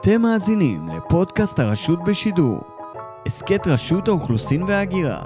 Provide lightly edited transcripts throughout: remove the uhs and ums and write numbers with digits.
אתם מאזינים לפודקאסט הרשות בשידור, הסקט רשות האוכלוסין וההגירה.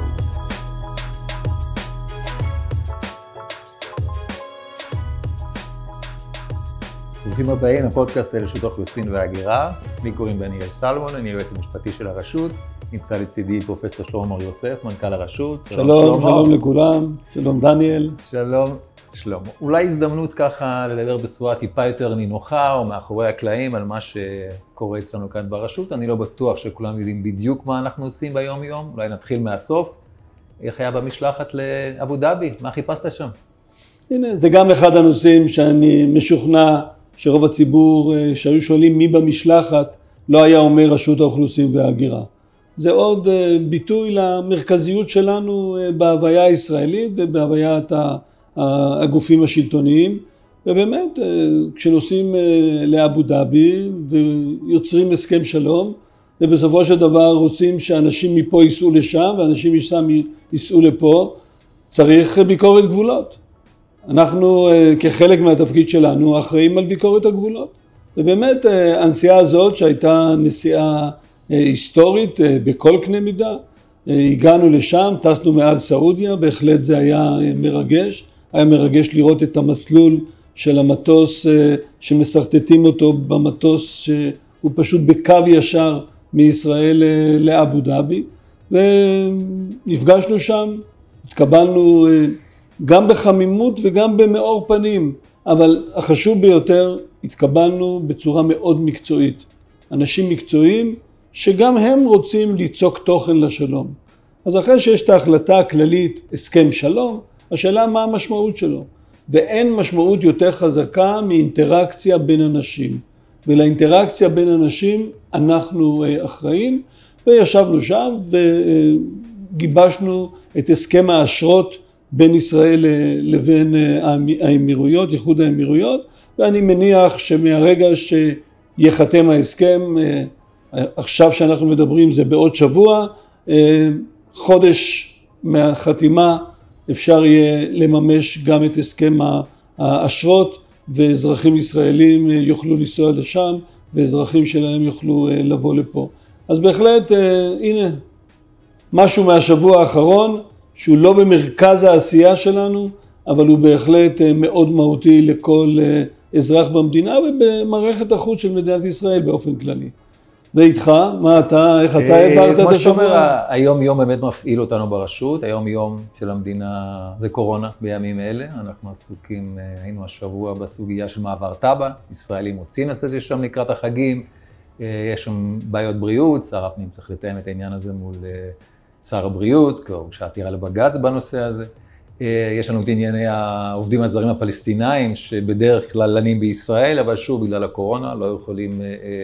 ברוכים הבאים לפודקאסט רשות האוכלוסין וההגירה. לי קוראים דניאל סלמון, אני היועץ המשפטי של הרשות. נמצא לצידי פרופסור שלמה מור יוסף, מנכ"ל הרשות. שלום לכולם, שלום דניאל. שלום. אולי הזדמנות ככה לדבר בצורה טיפה יותר נינוחה או מאחורי הקלעים על מה שקורה אצלנו כאן ברשות. אני לא בטוח שכולם יודעים בדיוק מה אנחנו עושים ביום יום. אולי נתחיל מהסוף. איך היה במשלחת לאבו דאבי? מה חיפשת שם? הנה, זה גם אחד הנושאים שאני משוכנע שרוב הציבור שהיו שואלים מי במשלחת לא היה אומר רשות האוכלוסין וההגירה. זה עוד ביטוי למרכזיות שלנו בהוויה הישראלית ובהוויית הגופים השלטוניים, ובאמת כשנוסעים לאבו דאבי ויוצרים הסכם שלום ובסופו של דבר רוצים שאנשים מפה ייסעו לשם ואנשים משם ייסעו לפה, צריך ביקורת גבולות. אנחנו כחלק מהתפקיד שלנו אחראים על ביקורת הגבולות, ובאמת הנסיעה הזאת שהייתה נסיעה היסטורית בכל קנה מידה, הגענו לשם, טסנו מעל סעודיה, בהחלט זה היה מרגש. היה מרגש לראות את המסלול של המטוס שמסרטטים אותו במטוס שהוא פשוט בקו ישר מישראל לאבו דאבי, ונפגשנו שם, התקבלנו גם בחמימות וגם במאור פנים, אבל החשוב ביותר, התקבלנו בצורה מאוד מקצועית. אנשים מקצועיים שגם הם רוצים ליצוק תוכן לשלום. אז אחרי שיש את ההחלטה הכללית, הסכם שלום, השאלה מה המשמעות שלו. ואין משמעות יותר חזקה מאינטראקציה בין אנשים. ולאינטראקציה בין אנשים אנחנו אחראים, וישבנו שם וגיבשנו את הסכם האשרות בין ישראל לבין האמירויות, איחוד האמירויות, ואני מניח שמהרגע שיחתם ההסכם, עכשיו שאנחנו מדברים זה בעוד שבוע, חודש מהחתימה אפשר יהיה לממש גם את הסכם האשרות, ואזרחים ישראלים יוכלו לנסוע לשם, ואזרחים שלהם יוכלו לבוא לפה. אז בהחלט, הנה, משהו מהשבוע האחרון, שהוא לא במרכז העשייה שלנו, אבל הוא בהחלט מאוד מהותי לכל אזרח במדינה, ובמערכת החוץ של מדינת ישראל באופן כללי. ואיתך, מה אתה, איך אתה העברת את השבוע? כמו שאומר, היום יום באמת מפעיל אותנו ברשות, היום יום של המדינה זה קורונה בימים אלה, אנחנו עסוקים, היינו השבוע בסוגיה של מעבר טאבה, ישראלים רוצים לעשות את זה שם לקראת החגים, יש שם בעיות בריאות, שר הפנים צריך לתאם את העניין הזה מול שר הבריאות, כשעתירה לבג"ץ בנושא הזה, יש לנו את ענייני העובדים הזרים הפלסטינאים שבדרך כלל לנים בישראל, אבל שוב בגלל הקורונה לא יכולים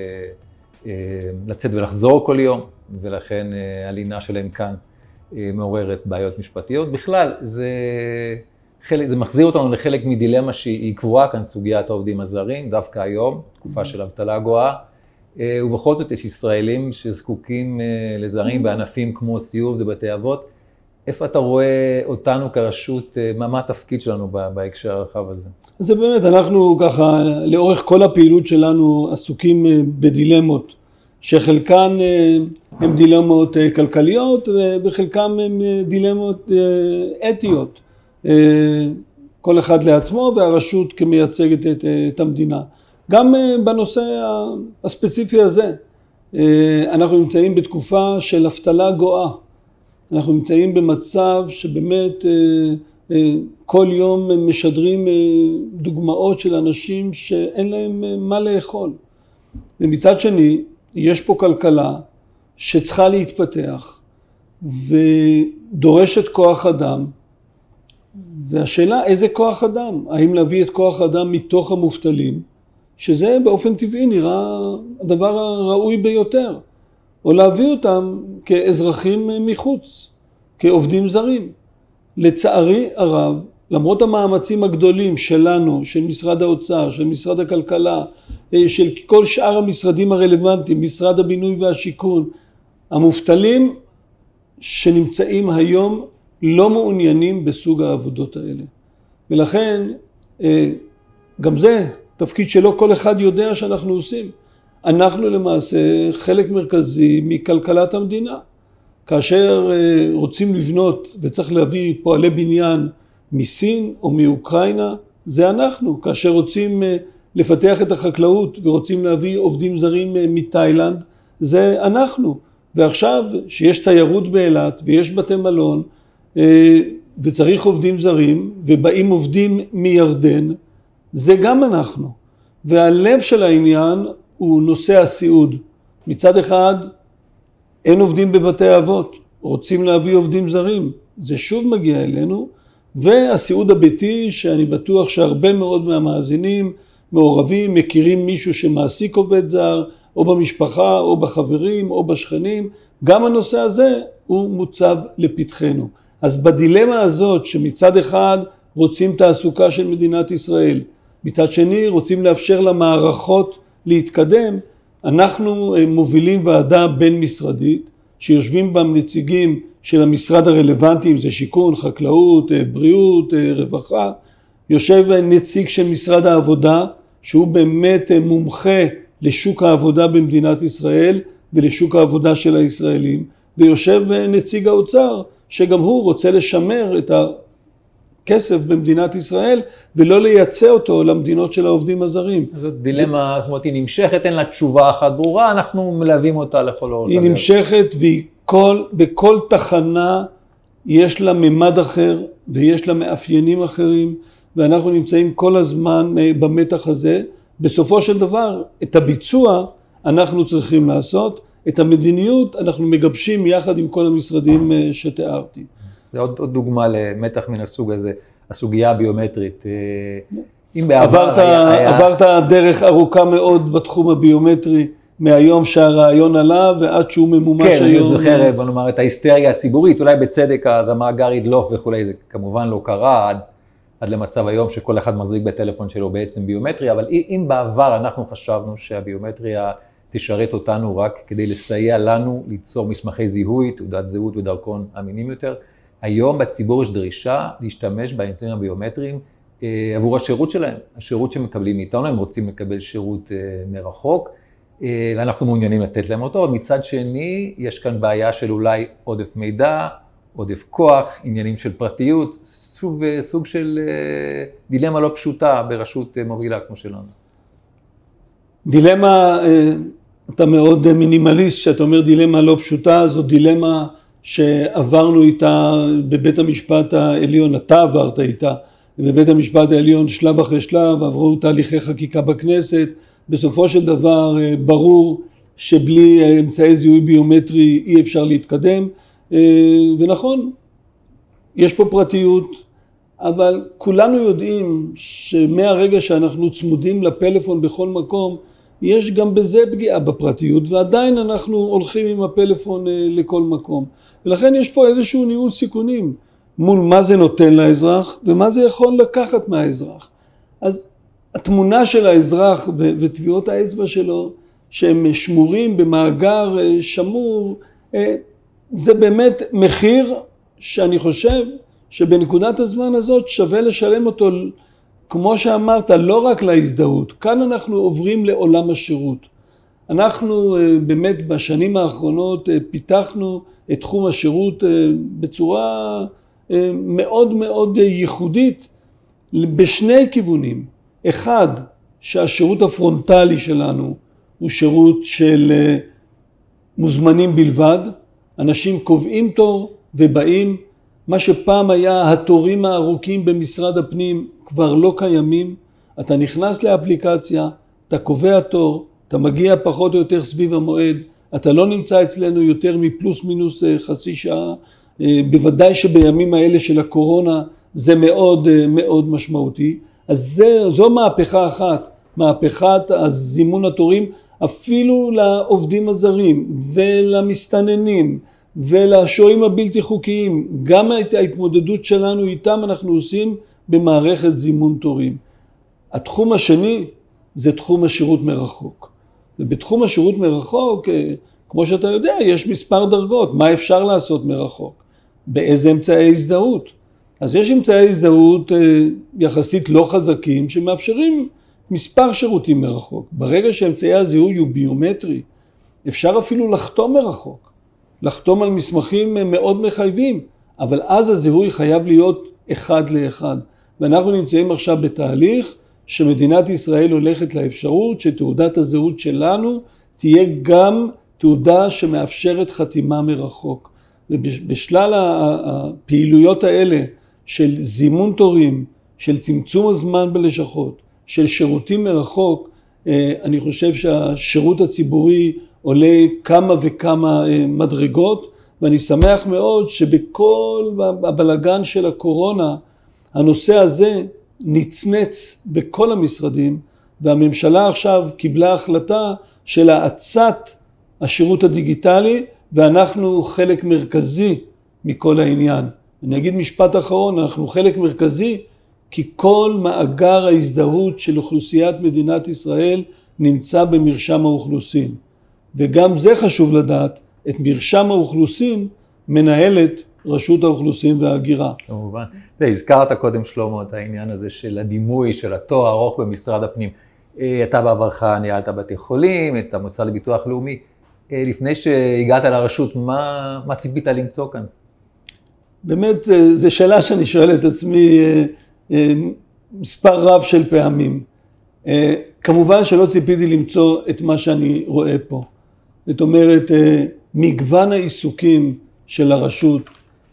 לצאת ולחזור כל יום, ולכן הלינה שלהם כאן מעוררת בעיות משפטיות. בכלל, זה מחזיר אותנו לחלק מדילמה שהיא קבועה כאן, סוגיית העובדים הזרים, דווקא היום, תקופה של אבטלה גואה, ובכל זאת יש ישראלים שזקוקים לזרים בענפים כמו סיעוד ובתי אבות. איפה אתה רואה אותנו כרשות, מה התפקיד שלנו בהקשר הרחב הזה? זה באמת, אנחנו ככה, לאורך כל הפעילות שלנו עסוקים בדילמות, שחלקן הן דילמות כלכליות, ובחלקן הן דילמות אתיות. כל אחד לעצמו, והרשות כמייצגת את המדינה. גם בנושא הספציפי הזה, אנחנו נמצאים בתקופה של אבטלה גואה. אנחנו נמצאים במצב שבאמת כל יום משדרים דוגמאות של אנשים שאין להם מה לאכול. ומצד שני, יש פה כלכלה שצריכה להתפתח ודורשת כוח אדם, והשאלה איזה כוח אדם? האם להביא את כוח אדם מתוך המובטלים, שזה באופן טבעי נראה הדבר הראוי ביותר, או להביא אותם כאזרחים מחוץ, כעובדים זרים. לצערי הרב, למרות המאמצים הגדולים שלנו, של משרד האוצר, של משרד הכלכלה, של כל שאר המשרדים הרלוונטיים, משרד הבינוי והשיכון, המובטלים שנמצאים היום לא מעוניינים בסוג העבודות האלה. ולכן, גם זה תפקיד שלא כל אחד יודע שאנחנו עושים. אנחנו למעשה חלק מרכזי מכלכלת המדינה. כאשר רוצים לבנות וצריך להביא פועלי בניין מסין או מאוקראינה, זה אנחנו. כאשר רוצים לפתח את החקלאות ורוצים להביא עובדים זרים מתאילנד, זה אנחנו. ועכשיו שיש תיירות באילת ויש בתי מלון וצריך עובדים זרים ובאים עובדים מירדן, זה גם אנחנו. והלב של העניין הוא נושא הסיעוד. מצד אחד אין עובדים בבתי אבות, רוצים להביא עובדים זרים, זה שוב מגיע אלינו, והסיעוד הביתי שאני בטוח שהרבה מאוד מהמאזינים מעורבים, מכירים מישהו שמעסיק עובד זר, או במשפחה, או בחברים, או בשכנים, גם הנושא הזה הוא מוצב לפתחנו. אז בדילמה הזאת שמצד אחד רוצים תעסוקה של מדינת ישראל, מצד שני רוצים לאפשר למערכות להתקדם, אנחנו מובילים ועדה בין משרדית, שיושבים בה נציגים של המשרד הרלוונטי, אם זה שיכון, חקלאות, בריאות, רווחה, יושב נציג של משרד העבודה, שהוא באמת מומחה לשוק העבודה במדינת ישראל ולשוק העבודה של הישראלים, ויושב נציג האוצר שגם הוא רוצה לשמר את הכסף במדינת ישראל ולא לייצא אותו למדינות של העובדים הזרים. זאת דילמה, זאת אומרת, היא נמשכת, אין לה תשובה אחת ברורה, אנחנו מלווים אותה לכל אורך. היא נמשכת ובכל תחנה יש לה ממד אחר ויש לה מאפיינים אחרים, ואנחנו נמצאים כל הזמן במתח הזה. בסופו של דבר, את הביצוע אנחנו צריכים לעשות, את המדיניות אנחנו מגבשים יחד עם כל המשרדים שתיארתי. זה עוד דוגמה למתח מן הסוג הזה, הסוגיה הביומטרית. אם עברת דרך ארוכה מאוד בתחום הביומטרי, מהיום שהרעיון עלה ועד שהוא ממומש היום. כן, אני זוכר, בוא נאמר, את ההיסטריה הציבורית, אולי בצדק אז המאגר ידלוף וכולי, זה כמובן לא קרה עד למצב היום שכל אחד מחזיק בטלפון שלו בעצם ביומטרי, אבל אם בעבר אנחנו חשבנו שהביומטריה תשרת אותנו רק כדי לסייע לנו ליצור מסמכי זיהוי, תעודת זהות ודרכון אמינים יותר, היום בציבור יש דרישה להשתמש באמצעים הביומטריים עבור השירות שלהם, השירות שמקבלים מאיתנו, הם רוצים לקבל שירות מרחוק, ואנחנו מעוניינים לתת להם אותו, אבל מצד שני יש כאן בעיה של אולי עודף מידע, עודף כוח, עניינים של פרטיות, סוג של דילמה לא פשוטה ברשות מובילה כמו שלנו. דילמה, אתה מאוד מינימליסט, שאתה אומר דילמה לא פשוטה, זו דילמה שעברנו איתה בבית המשפט העליון, אתה עברת איתה בבית המשפט העליון שלב אחרי שלב, עברו תהליכי חקיקה בכנסת, בסופו של דבר ברור שבלי אמצעי זיהוי ביומטרי אי אפשר להתקדם, ונכון, יש פה פרטיות, אבל כולנו יודעים שמהרגע שאנחנו צמודים לפלאפון בכל מקום, יש גם בזה פגיעה בפרטיות, ועדיין אנחנו הולכים עם הפלאפון לכל מקום. ולכן יש פה איזשהו ניהול סיכונים, מול מה זה נותן לאזרח, ומה זה יכול לקחת מהאזרח. אז התמונה של האזרח וטביעות האצבע שלו, שהם שמורים במאגר שמור, זה באמת מחיר שאני חושב שבנקודת הזמן הזאת שווה לשלם אותו, כמו שאמרת, לא רק להזדהות. כאן אנחנו עוברים לעולם השירות. אנחנו באמת בשנים האחרונות פיתחנו את תחום השירות בצורה מאוד מאוד ייחודית בשני כיוונים. אחד, שהשירות הפרונטלי שלנו הוא שירות של מוזמנים בלבד. אנשים קובעים תור ובאים. מה שפעם היה התורים הארוכים במשרד הפנים כבר לא קיימים. אתה נכנס לאפליקציה, אתה קובע תור, אתה מגיע פחות או יותר סביב המועד, אתה לא נמצא אצלנו יותר מפלוס מינוס חצי שעה. בוודאי שבימים האלה של הקורונה זה מאוד מאוד משמעותי. אז זו מהפכה אחת, מהפכת הזימון התורים, אפילו לעובדים הזרים ולמסתננים ולשוהים הבלתי חוקיים. גם ההתמודדות שלנו איתם אנחנו עושים במערכת זימון תורים. התחום השני זה תחום השירות מרחוק. ובתחום השירות מרחוק, כמו שאתה יודע, יש מספר דרגות. מה אפשר לעשות מרחוק? באיזה אמצעי הזדהות? אז יש אמצעי הזדהות יחסית לא חזקים שמאפשרים מספר שירותים מרחוק. ברגע שאמצעי הזיהוי הוא ביומטרי, אפשר אפילו לחתום מרחוק. לחתום על מסמכים מאוד מחייבים, אבל אז הזיהוי חייב להיות אחד לאחד. ואנחנו נמצאים עכשיו בתהליך שמדינת ישראל הולכת לאפשרות שתעודת הזהות שלנו תהיה גם תעודה שמאפשרת חתימה מרחוק. ובשלל הפעילויות האלה של זימון תורים, של צמצום הזמן בלשכות, של שירותים מרחוק, אני חושב שהשירות הציבורי עולה כמה וכמה מדרגות, ואני שמח מאוד שבכל הבלגן של הקורונה, הנושא הזה נצנץ בכל המשרדים, והממשלה עכשיו קיבלה החלטה של האצת השירות הדיגיטלי, ואנחנו חלק מרכזי מכל העניין. אני אגיד משפט אחרון, אנחנו חלק מרכזי, כי כל מאגר ההזדהות של אוכלוסיית מדינת ישראל נמצא במרשם האוכלוסין. וגם זה חשוב לדעת, את מרשם האוכלוסין מנהלת רשות האוכלוסין וההגירה. כמובן. הזכרת קודם שלמה את העניין הזה של הדימוי, של התואר הארוך במשרד הפנים. אתה בעברך ניהלת בתי חולים, את המוסד לביטוח לאומי. לפני שהגעת לרשות, מה ציפית למצוא כאן? באמת, זו שאלה שאני שואל את עצמי מספר רב של פעמים. כמובן שלא ציפיתי למצוא את מה שאני רואה פה. זאת אומרת, מגוון העיסוקים של הרשות,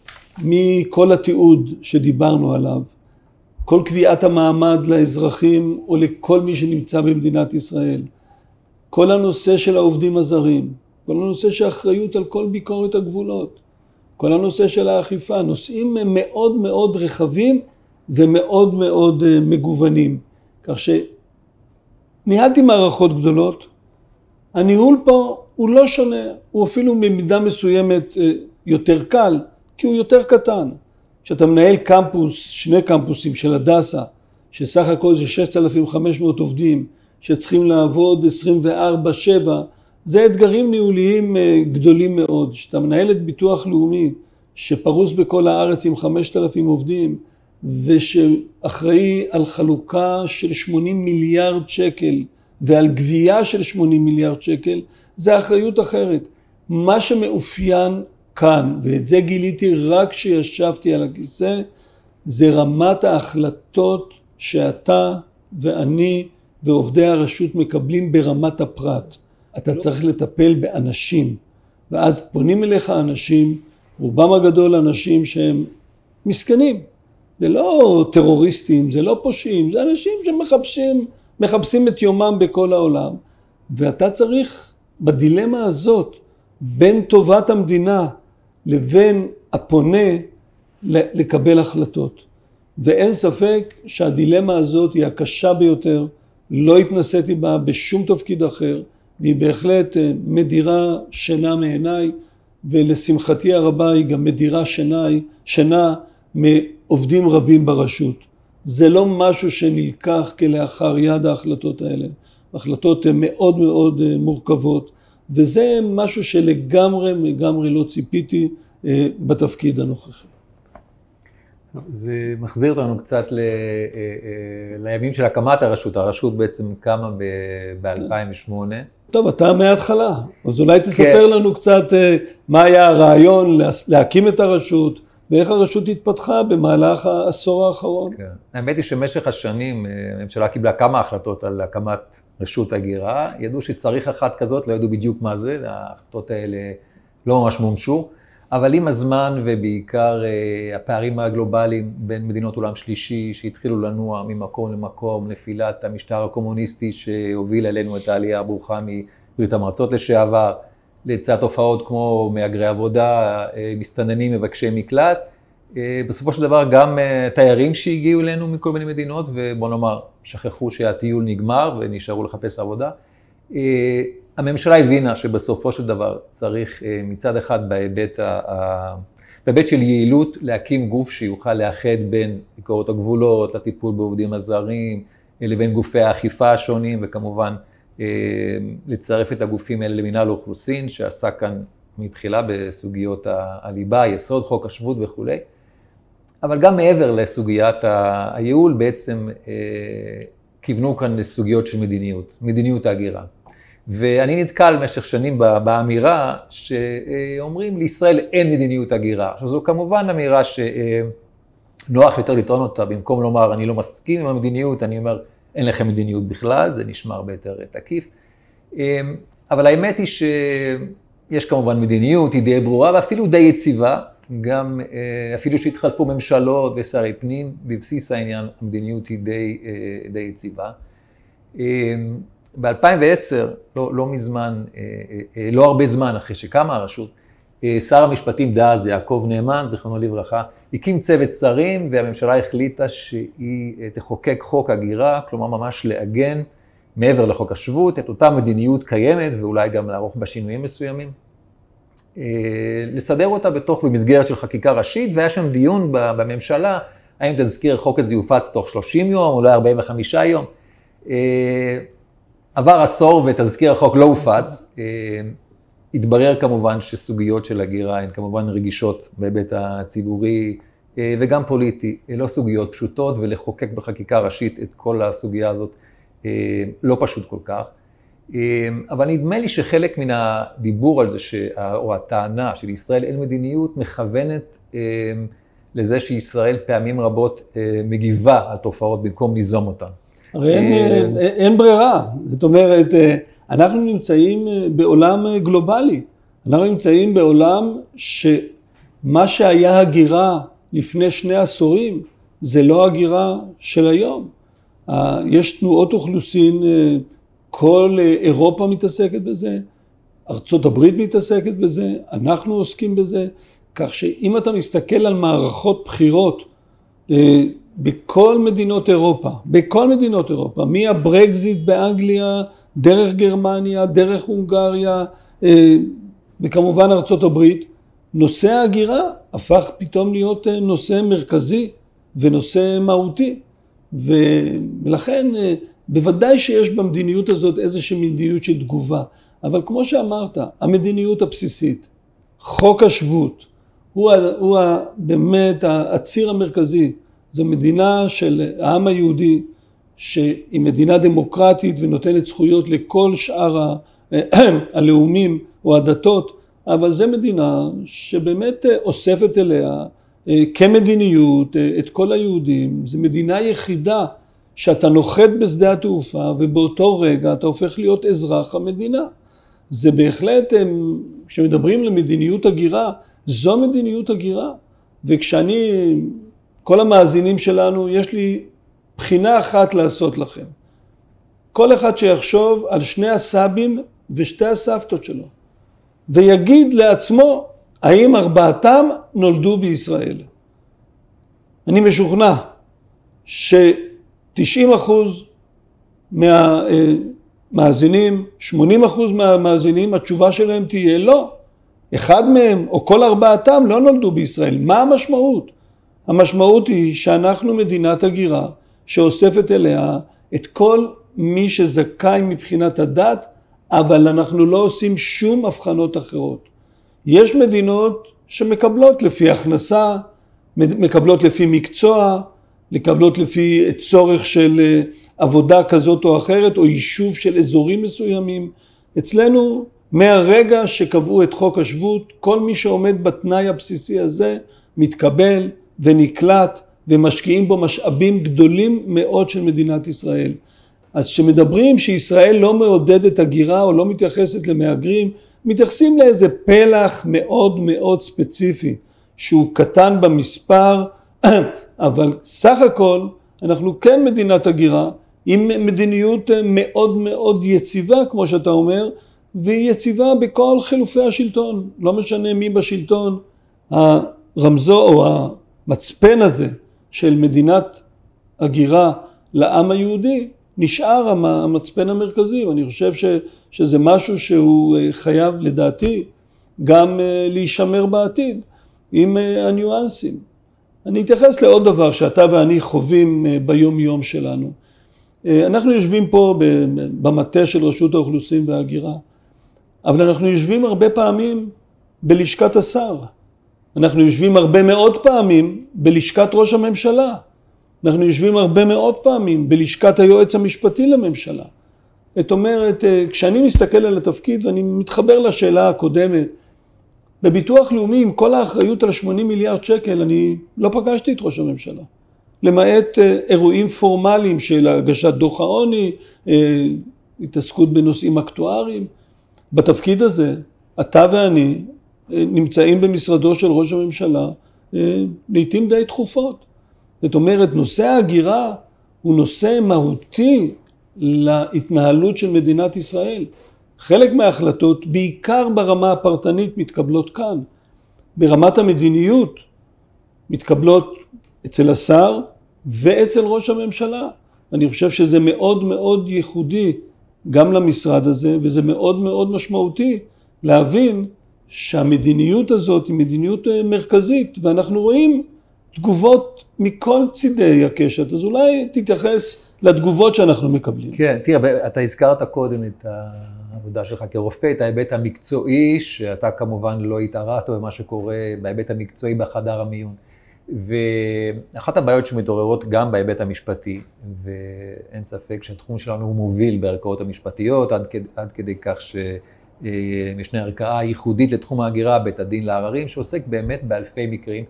מכל התיעוד שדיברנו עליו, כל קביעת המעמד לאזרחים או לכל מי שנמצא במדינת ישראל, כל הנושא של העובדים הזרים, כל הנושא של האחריות על כל ביקורת הגבולות, כל הנושא של האכיפה, נושאים מאוד מאוד רחבים ומאוד מאוד מגוונים. כך שניהלתי מערכות גדולות, הניהול פה הוא לא שונה, הוא אפילו במידה מסוימת יותר קל, כי הוא יותר קטן. כשאתה מנהל קמפוס, שני קמפוסים של הדסה, שסך הכל זה 6,500 עובדים, שצריכים לעבוד 24/7, זה אתגרים ניהוליים גדולים מאוד. כשאתה מנהל את ביטוח לאומי, שפרוס בכל הארץ עם 5,000 עובדים, ושאחראי על חלוקה של 80 מיליארד שקל, ועל גבייה של 80 מיליארד שקל, זה אחריות אחרת. מה שמאופיין כאן, ואת זה גיליתי רק כשישבתי על הכיסא, זה רמת ההחלטות שאתה ואני ועובדי הרשות מקבלים ברמת הפרט. אתה צריך לטפל באנשים, ואז פונים אליך אנשים, רובם הגדול אנשים שהם מסכנים. זה לא טרוריסטים, זה לא פושעים, זה אנשים שמחפשים את יומם בכל העולם. ואתה צריך בדילמה הזאת, בין טובת המדינה לבין הפונה, לקבל החלטות. ואין ספק שהדילמה הזאת היא הקשה ביותר, לא התנסיתי בה בשום תפקיד אחר, והיא בהחלט מדירה שינה מעיניי, ולשמחתי הרבה היא גם מדירה שינה מעובדים רבים ברשות. זה לא משהו שנלקח כלאחר יד ההחלטות האלה. ההחלטות הן מאוד מאוד מורכבות, וזה משהו שלגמרי לא ציפיתי בתפקיד הנוכחי. זה מחזיר אותנו קצת לימים של הקמת הרשות. הרשות בעצם קמה ב-2008. טוב, אתה מההתחלה, אז אולי תספר לנו קצת מה היה הרעיון להקים את הרשות, ואיך הרשות התפתחה במהלך העשור האחרון. כן. האמת היא שמשך השנים הממשלה קיבלה כמה החלטות על הקמת רשות הגירה, ידעו שצריך אחת כזאת, לא ידעו בדיוק מה זה, ההחלטות האלה לא ממש מומשו, אבל עם הזמן ובעיקר הפערים הגלובליים בין מדינות עולם שלישי שהתחילו לנוע ממקום למקום, נפילת המשטר הקומוניסטי שהוביל אלינו את העלייה הברוכה מברית המועצות לשעבר, לצד תופעות כמו מהגרי עבודה, מסתננים, מבקשי מקלט, בסופו של דבר גם תיירים שהגיעו אלינו מכל מיני מדינות, ובוא נאמר, שכחו שהטיול נגמר ונשארו לחפש עבודה. הממשלה הבינה שבסופו של דבר צריך מצד אחד בהיבט של יעילות להקים גוף שיוכל לאחד בין ביקורת הגבולות, לטיפול בעובדים הזרים, לבין גופי האכיפה השונים, וכמובן לצרף את הגופים האלה למינהל האוכלוסין, שעשה כאן מתחילה בסוגיות הליבה, יסוד, חוק השבות וכו'. אבל גם מעבר לסוגיית הייעול, בעצם כיוונו כאן לסוגיות של מדיניות ההגירה. ואני נתקל במשך שנים באמירה שאומרים לישראל אין מדיניות הגירה. עכשיו זו כמובן אמירה שנוח יותר לטעון אותה, במקום לומר אני לא מסכים עם המדיניות, אני אומר אין לכם מדיניות בכלל, זה נשמע הרבה יותר תקיף. אבל האמת היא שיש כמובן מדיניות, היא די ברורה ואפילו די יציבה, גם אפילו שהתחלפו ממשלות ושרי פנים, בבסיס העניין המדיניות היא די יציבה. ב-2010, לא מזמן, לא הרבה זמן אחרי שקמה הרשות, שר המשפטים דאז, יעקב נאמן, זכרונו לברכה, הקים צוות שרים והממשלה החליטה שהיא תחוקק חוק הגירה, כלומר ממש לעגן מעבר לחוק השבות, את אותה מדיניות קיימת ואולי גם לערוך בה שינויים מסוימים. לסדר אותה במסגרת של חקיקה ראשית, והיה שם דיון בממשלה, האם תזכיר החוק הזה יופץ תוך 30 יום, אולי 45 יום. עבר עשור ותזכיר החוק לא הופץ, התברר כמובן שסוגיות של הגירה הן כמובן רגישות בהיבט הציבורי וגם פוליטי, לא סוגיות פשוטות, ולחוקק בחקיקה ראשית את כל הסוגיה הזאת לא פשוט כל כך. אבל נדמה לי שחלק מן הדיבור על זה, או הטענה של ישראל אין מדיניות, מכוונת לזה שישראל פעמים רבות מגיבה על תופעות במקום ליזום אותן. הרי אין ברירה, זאת אומרת, אנחנו נמצאים בעולם גלובלי, אנחנו נמצאים בעולם שמה שהיה הגירה לפני 2 עשורים, זה לא הגירה של היום. יש תנועות אוכלוסין, כל אירופה מתעסקת בזה, ארצות הברית מתעסקת בזה, אנחנו עוסקים בזה, כך שאם אתה מסתכל על מערכות בחירות, בכל מדינות אירופה, מהברקזיט באנגליה, דרך גרמניה, דרך הונגריה, וכמובן ארצות הברית, נושא ההגירה הפך פתאום להיות נושא מרכזי ונושא מהותי, ולכן בוודאי שיש במדיניות הזאת איזושהי מדיניות של תגובה, אבל כמו שאמרת, המדיניות הבסיסית, חוק השבות, הוא באמת הציר המרכזי, זו מדינה של העם היהודי, שהיא מדינה דמוקרטית ונותנת זכויות לכל שאר הלאומים או הדתות, אבל זו מדינה שבאמת אוספת אליה כמדיניות את כל היהודים. זו מדינה יחידה שאתה נוחת בשדה התעופה ובאותו רגע אתה הופך להיות אזרח המדינה. זה בהחלט, כשמדברים למדיניות הגירה, זו מדיניות הגירה. כל המאזינים שלנו, יש לי בחינה אחת לעשות לכם. כל אחד שיחשוב על 2 הסבים ו2 הסבתות שלו, ויגיד לעצמו, האם 4 נולדו בישראל? אני משוכנע ש90% מהמאזינים, 80% מהמאזינים, התשובה שלהם תהיה לא. אחד מהם או כל 4 לא נולדו בישראל. מה המשמעות? המשמעות היא שאנחנו מדינת הגירה שאוספת אליה את כל מי שזכאי מבחינת הדת, אבל אנחנו לא עושים שום הבחנות אחרות. יש מדינות שמקבלות לפי הכנסה, מקבלות לפי מקצוע, מקבלות לפי צורך של עבודה כזאת או אחרת, או יישוב של אזורים מסוימים. אצלנו, מהרגע שקבעו את חוק השבות, כל מי שעומד בתנאי הבסיסי הזה מתקבל ונקלט, ומשקיעים בו משאבים גדולים מאוד של מדינת ישראל. אז שמדברים שישראל לא מעודדת הגירה או לא מתייחסת למהגרים, מתייחסים לאיזה פלח מאוד מאוד ספציפי, שהוא קטן במספר, אבל סך הכל אנחנו כן מדינת הגירה, עם מדיניות מאוד מאוד יציבה, כמו שאתה אומר, והיא יציבה בכל חילופי השלטון. לא משנה מי בשלטון, הרמזור או המצפן הזה של מדינת הגירה לעם היהודי, נשאר המצפן המרכזי, ואני חושב שזה משהו שהוא חייב לדעתי גם להישמר בעתיד עם הניואנסים. אני אתייחס לעוד דבר שאתה ואני חווים ביום יום שלנו. אנחנו יושבים פה במטה של רשות האוכלוסין וההגירה, אבל אנחנו יושבים הרבה פעמים בלשכת השר. אנחנו יושבים הרבה מאוד פעמים בלשכת ראש הממשלה. אנחנו יושבים הרבה מאוד פעמים בלשכת היועץ המשפטי לממשלה. זאת אומרת, כשאני מסתכל על התפקיד ואני מתחבר לשאלה הקודמת, בביטוח לאומי עם כל האחריות על 80 מיליארד שקל, אני לא פגשתי את ראש הממשלה. למעט אירועים פורמליים של הגשת דוח העוני, התעסקות בנושאים אקטואריים. בתפקיד הזה, אתה ואני נמצאים במשרדו של ראש הממשלה, לעתים די תכופות. זאת אומרת, נושא ההגירה הוא נושא מהותי להתנהלות של מדינת ישראל. חלק מההחלטות, בעיקר ברמה הפרטנית, מתקבלות כאן. ברמת המדיניות, מתקבלות אצל השר ואצל ראש הממשלה. אני חושב שזה מאוד מאוד ייחודי גם למשרד הזה, וזה מאוד מאוד משמעותי להבין שהמדיניות הזאת היא מדיניות מרכזית, ואנחנו רואים תגובות מכל צידי הקשת. אז אולי תתייחס לתגובות שאנחנו מקבלים. כן, תראה, אתה הזכרת קודם את העבודה שלך כרופא, את ההיבט המקצועי, שאתה כמובן לא התערעת במה שקורה בהיבט המקצועי בחדר המיון. ואחת הבעיות שמתעוררות גם בהיבט המשפטי, ואין ספק שהתחום שלנו הוא מוביל בערכאות המשפטיות, עד כדי כך שישנה ערכאה ייחודית לתחום ההגירה, בית הדין לעררים, שעוסק באמת באלפי מקרים.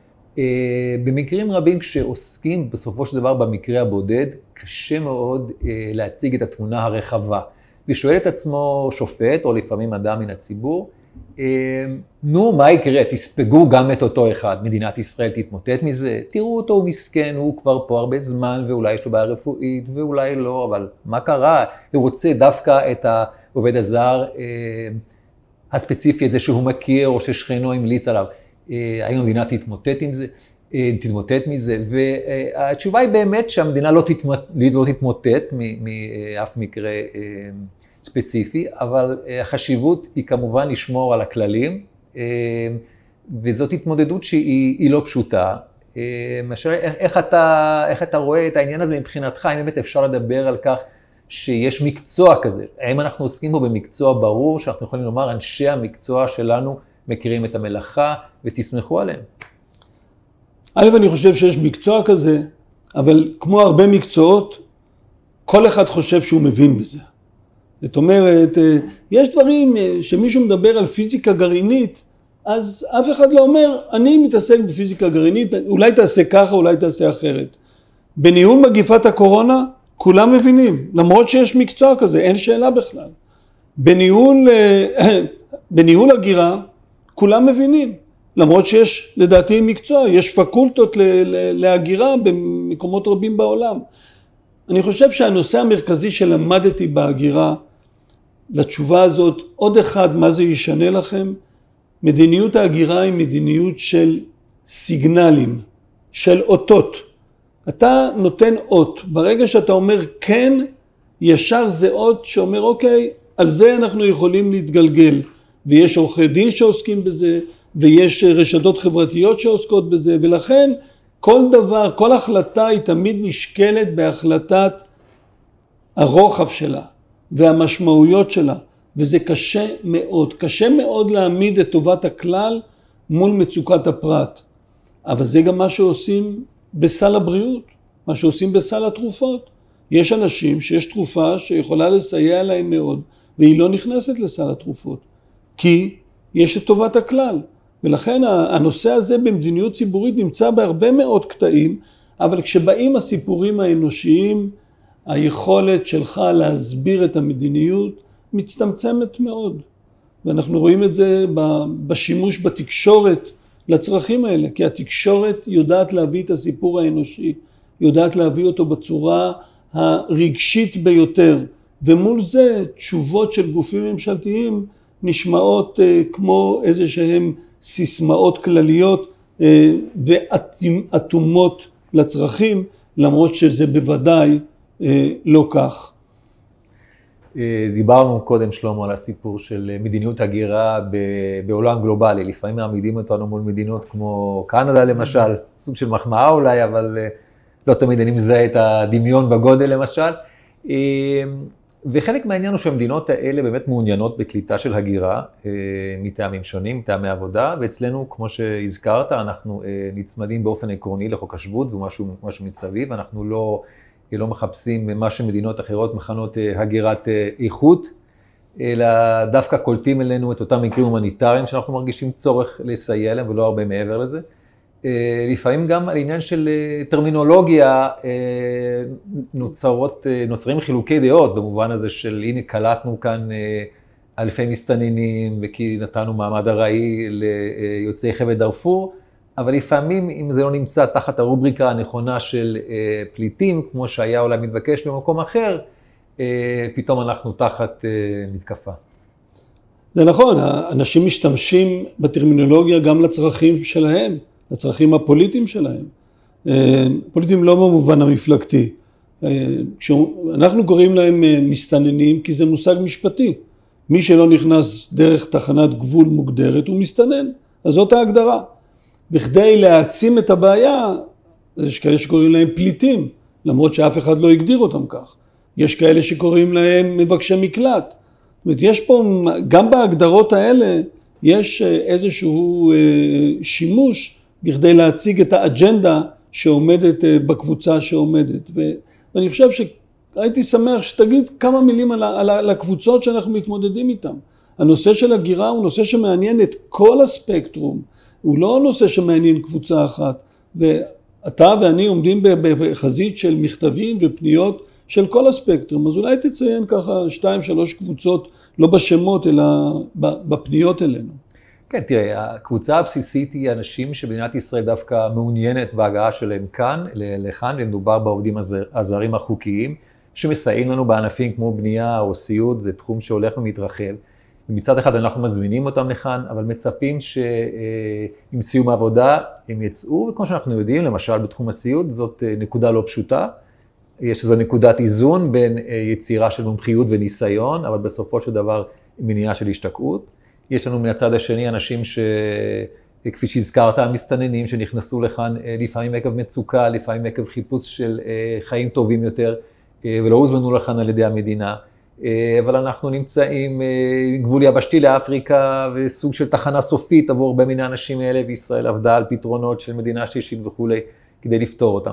במקרים רבים כשעוסקים בסופו של דבר במקרה הבודד, קשה מאוד להציג את התמונה הרחבה. ושואל את עצמו שופט, או לפעמים אדם מן הציבור, נו, מה יקרה? תספגו גם את אותו אחד. מדינת ישראל תתמוטט מזה? תראו אותו, הוא מסכן, הוא כבר פה הרבה זמן, ואולי יש לו בעיה רפואית, ואולי לא, אבל מה קרה? הוא רוצה דווקא את העובד הזר הספציפי הזה שהוא מכיר, או ששכנו המליץ עליו. האם המדינה תתמוטט מזה? והתשובה היא באמת שהמדינה לא תתמוטט מאף מקרה ספציפי, אבל החשיבות היא כמובן לשמור על הכללים, וזאת התמודדות שהיא לא פשוטה. איך אתה רואה את העניין הזה מבחינתך, אם באמת אפשר לדבר על כך שיש מקצוע כזה? האם אנחנו עוסקים בו במקצוע ברור, שאנחנו יכולים לומר, אנשי המקצוע שלנו מכירים את המלאכה ותסמכו עליהם? אני חושב שיש מקצוע כזה, אבל כמו הרבה מקצועות, כל אחד חושב שהוא מבין בזה. זאת אומרת, יש דברים שמישהו מדבר על פיזיקה גרעינית, אז אף אחד לא אומר, אני מתעסק בפיזיקה גרעינית, אולי תעשה ככה, אולי תעשה אחרת. בניהול מגיפת הקורונה, כולם מבינים, למרות שיש מקצוע כזה, אין שאלה בכלל. בניהול הגירה, כולם מבינים, למרות שיש לדעתי מקצוע, יש פקולטות להגירה במקומות רבים בעולם. אני חושב שהנושא המרכזי שלמדתי בהגירה, לתשובה הזאת, עוד אחד, מה זה ישנה לכם? מדיניות ההגירה היא מדיניות של סיגנלים, של אותות. אתה נותן אות, ברגע שאתה אומר כן, ישר זה אות שאומר אוקיי, על זה אנחנו יכולים להתגלגל. ויש עורכי דין שעוסקים בזה, ויש רשתות חברתיות שעוסקות בזה, ולכן כל דבר, כל החלטה היא תמיד נשקלת בהחלטת הרוחב שלה והמשמעויות שלה, וזה קשה מאוד להעמיד את טובת הכלל מול מצוקת הפרט. אבל זה גם מה שעושים בסל הבריאות, מה שעושים בסל התרופות. יש אנשים שיש תרופה שיכולה לסייע להם מאוד, והיא לא נכנסת לסל התרופות, כי יש את טובת הכלל. ולכן הנושא הזה במדיניות ציבורית נמצא בהרבה מאוד קטעים, אבל כשבאים הסיפורים האנושיים, היכולת שלך להסביר את המדיניות מצטמצמת מאוד. ואנחנו רואים את זה בשימוש בתקשורת לצרכים האלה, כי התקשורת יודעת להביא את הסיפור האנושי, יודעת להביא אותו בצורה הרגשית ביותר, ומול זה תשובות של גופים ממשלתיים נשמעות כמו איזה שהם סיסמאות כלליות ואטומות לצרכים, למרות שזה בוודאי לא כך. דיברנו קודם, שלמה, על הסיפור של מדיניות הגירה בעולם גלובלי. לפעמים מעמידים אותנו מול מדינות כמו קנדה למשל, סוג של מחמאה אולי, אבל לא תמיד אני מזהה את הדמיון בגודל למשל. וחלק מהעניין הוא שהמדינות האלה באמת מעוניינות בקליטה של הגירה מטעמים שונים, מטעמי עבודה, ואצלנו, כמו שהזכרת, אנחנו נצמדים באופן עקרוני לחוק השבות ומשהו מסביב, אנחנו לא מחפשים מה שמדינות אחרות מכנות הגירת איכות, אלא דווקא קולטים אלינו את אותם מקרים הומניטריים שאנחנו מרגישים צורך לסייע להם ולא הרבה מעבר לזה. לפעמים גם על עניין של טרמינולוגיה נוצרים חילוקי דעות, במובן הזה של הנה קלטנו כאן אלפי מסתננים וכי נתנו מעמד ארעי ליוצאי חבל דארפור, אבל לפעמים אם זה לא נמצא תחת הרובריקה הנכונה של פליטים, כמו שהיה אולי מתבקש במקום אחר, פתאום אנחנו תחת מתקפה. זה נכון, אנשים משתמשים בטרמינולוגיה גם לצרכים שלהם, לצרכים הפוליטיים שלהם. פוליטיים לא במובן המפלגתי. אנחנו קוראים להם מסתננים כי זה מושג משפטי. מי שלא נכנס דרך תחנת גבול מוגדרת הוא מסתנן, אז זאת ההגדרה. בכדי להעצים את הבעיה, יש כאלה שקוראים להם פליטים, למרות שאף אחד לא הגדיר אותם כך. יש כאלה שקוראים להם מבקשי מקלט. זאת אומרת, יש פה, גם בהגדרות האלה, יש איזשהו שימוש בכדי להציג את האג'נדה שעומדת בקבוצה שעומדת. ואני חושב שהייתי שמח שתגיד כמה מילים על הקבוצות שאנחנו מתמודדים איתן. הנושא של הגירה הוא נושא שמעניין את כל הספקטרום, הוא לא נושא שמעניין קבוצה אחת. ואתה ואני עומדים בחזית של מכתבים ופניות של כל הספקטרום, אז אולי תציין ככה 2-3 קבוצות, לא בשמות אלא בפניות אלינו. כן, תראה, הקבוצה הבסיסית היא אנשים שבמדינת ישראל דווקא מעוניינת בהגעה שלהם לכאן, ומדובר בעובדים הזרים החוקיים, שמסייעים לנו בענפים כמו בנייה או סיוד, זה תחום שהולך ומתרחב. ומצד אחד אנחנו מזמינים אותם לכאן, אבל מצפים שעם סיום העבודה הם יצאו, וכמו שאנחנו יודעים, למשל בתחום הסיוד, זאת נקודה לא פשוטה. יש איזו נקודת איזון בין יצירה של מומחיות וניסיון, אבל בסופו של דבר מניעה של השתקעות. יש לנו מהצד השני אנשים כפי שהזכרת, המסתננים שנכנסו לכאן לפעמים עקב מצוקה, לפעמים עקב חיפוש של חיים טובים יותר, ולא הוזמנו לכאן על ידי המדינה. אבל אנחנו נמצאים גבול יבשתי לאפריקה, וסוג של תחנה סופית עבור הרבה מן האנשים האלה, וישראל עבדה על פתרונות של מדינה שלישית וכו', כדי לפתור אותם.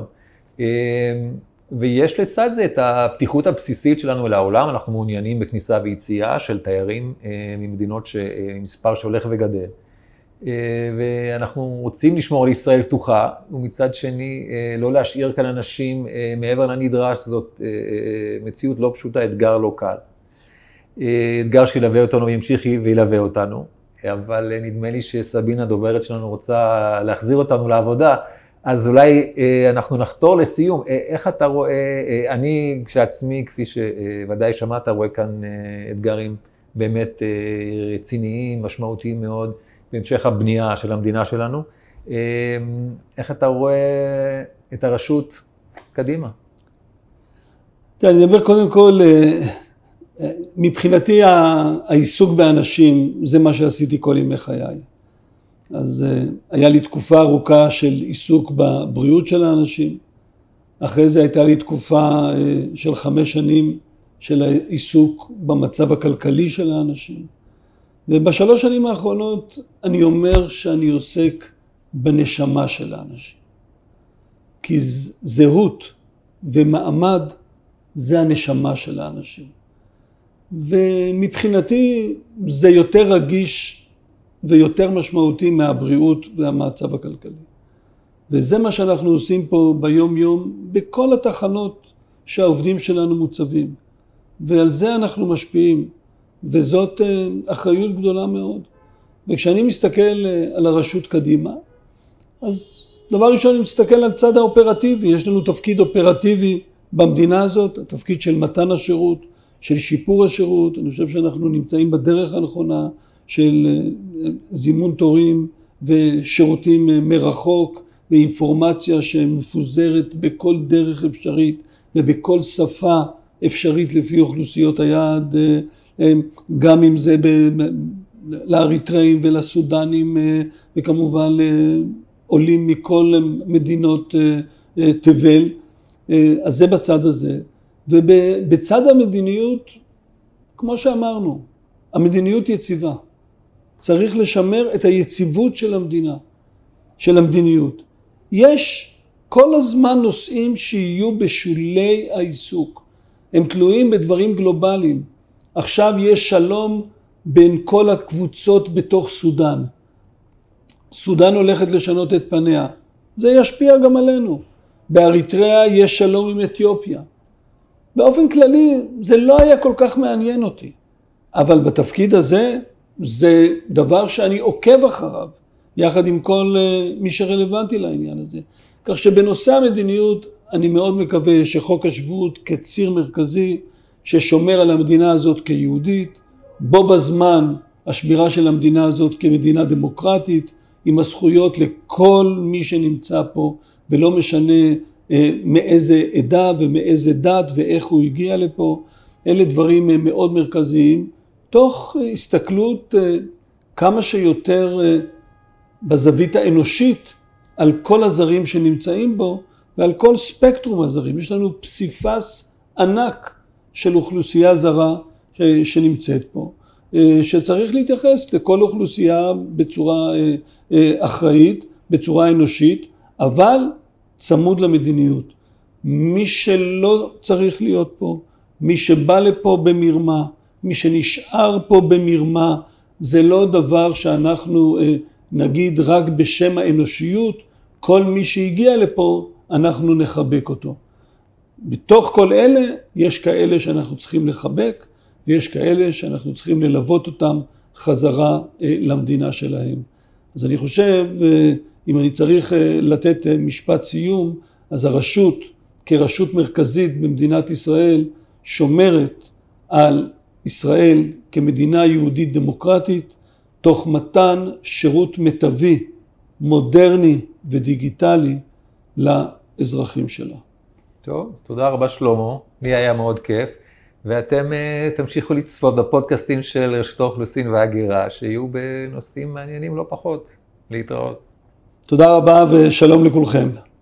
ויש לצד זה את הפתיחות הבסיסית שלנו אל העולם, אנחנו מעוניינים בכניסה ויציאה של תיירים ממדינות שמספר שהולך וגדל. ואנחנו רוצים לשמור על ישראל פתוחה, ומצד שני לא להשאיר כאן אנשים מעבר לנדרש, זאת מציאות לא פשוטה, אתגר לא קל. אתגר שילווה אותנו וימשיך וילווה אותנו, אבל נדמה לי שסבינה דוברת שלנו רוצה להחזיר אותנו לעבודה, אז אולי אנחנו נחתור לסיום. איך אתה רואה, אני כשעצמי, כפי שוודאי שמעת, רואה כאן אתגרים באמת רציניים, משמעותיים מאוד, בהמשך הבנייה של המדינה שלנו. איך אתה רואה את הרשות קדימה? אני מדבר קודם כל, מבחינתי העיסוק באנשים, זה מה שעשיתי כל ימי חיי. אז היה לי תקופה ארוכה של עיסוק בבריאות של האנשים. אחרי זה הייתה לי תקופה של 5 שנים של העיסוק במצב הכלכלי של האנשים. וב3 שנים האחרונות אני אומר שאני עוסק בנשמה של האנשים. כי זהות ומעמד זה הנשמה של האנשים. ומבחינתי זה יותר רגיש ויותר משמעותי מהבריאות והמצב הכלכלי. וזה מה שאנחנו עושים פה ביום יום בכל התחנות שהעובדים שלנו מוצבים. ועל זה אנחנו משפיעים. וזאת אחריות גדולה מאוד. וכשאני מסתכל על הרשות קדימה, אז דבר ראשון אני מסתכל על צד האופרטיבי. יש לנו תפקיד אופרטיבי במדינה הזאת, התפקיד של מתן השירות, של שיפור השירות. אני חושב שאנחנו נמצאים בדרך הנכונה של זימון תורים ושירותים מרחוק, ואינפורמציה שמפוזרת בכל דרך אפשרית ובכל שפה אפשרית לפי אוכלוסיות היעד, גם אם זה לאריתראים ולסודנים, וכמובן עולים מכל מדינות תבל. אז זה בצד הזה. ובצד המדיניות כמו שאמרנו, המדיניות יציבה. צריך לשמר את היציבות של המדינה, של המדיניות. יש כל הזמן נושאים שיהיו בשולי העיסוק. הם תלויים בדברים גלובליים. עכשיו יש שלום בין כל הקבוצות בתוך סודן. סודן הולכת לשנות את פניה. זה ישפיע גם עלינו. באריתריאה יש שלום עם אתיופיה. באופן כללי זה לא היה כל כך מעניין אותי. אבל בתפקיד הזה זה דבר שאני עוקב אחריו, יחד עם כל מי שרלוונטי לעניין הזה. כך שבנושא המדיניות אני מאוד מקווה שחוק השבות כציר מרכזי ששומר על המדינה הזאת כיהודית, בו בזמן השמירה של המדינה הזאת כמדינה דמוקרטית, עם הזכויות לכל מי שנמצא פה, ולא משנה מאיזה עדה ומאיזה דת ואיך הוא הגיע לפה. אלה דברים מאוד מרכזיים, תוך הסתכלות כמה שיותר בזווית האנושית על כל הזרים שנמצאים בו ועל כל ספקטרום הזרים. יש לנו פסיפס ענק של אוכלוסייה זרה שנמצאת פה, שצריך להתייחס לכל אוכלוסייה בצורה אחראית, בצורה אנושית, אבל צמוד למדיניות. מי שלא צריך להיות פה, מי שבא לפה במרמה, מי שנשאר פה במרמה, זה לא דבר שאנחנו נגיד רק בשם האנושיות, כל מי שהגיע לפה אנחנו נחבק אותו. בתוך כל אלה יש כאלה שאנחנו צריכים לחבק, ויש כאלה שאנחנו צריכים ללוות אותם חזרה למדינה שלהם. אז אני חושב, אם אני צריך לתת משפט סיום, אז הרשות כרשות מרכזית במדינת ישראל שומרת על ישראל כמדינה יהודית דמוקרטית, תוך מתן שירות מיטבי, מודרני ודיגיטלי לאזרחים שלה. טוב, תודה רבה שלמה, לי היה מאוד כיף, ואתם תמשיכו לצפות בפודקאסטים של רשות האוכלוסין וההגירה, שיהיו בנושאים מעניינים לא פחות. להתראות. תודה רבה ושלום לכולכם.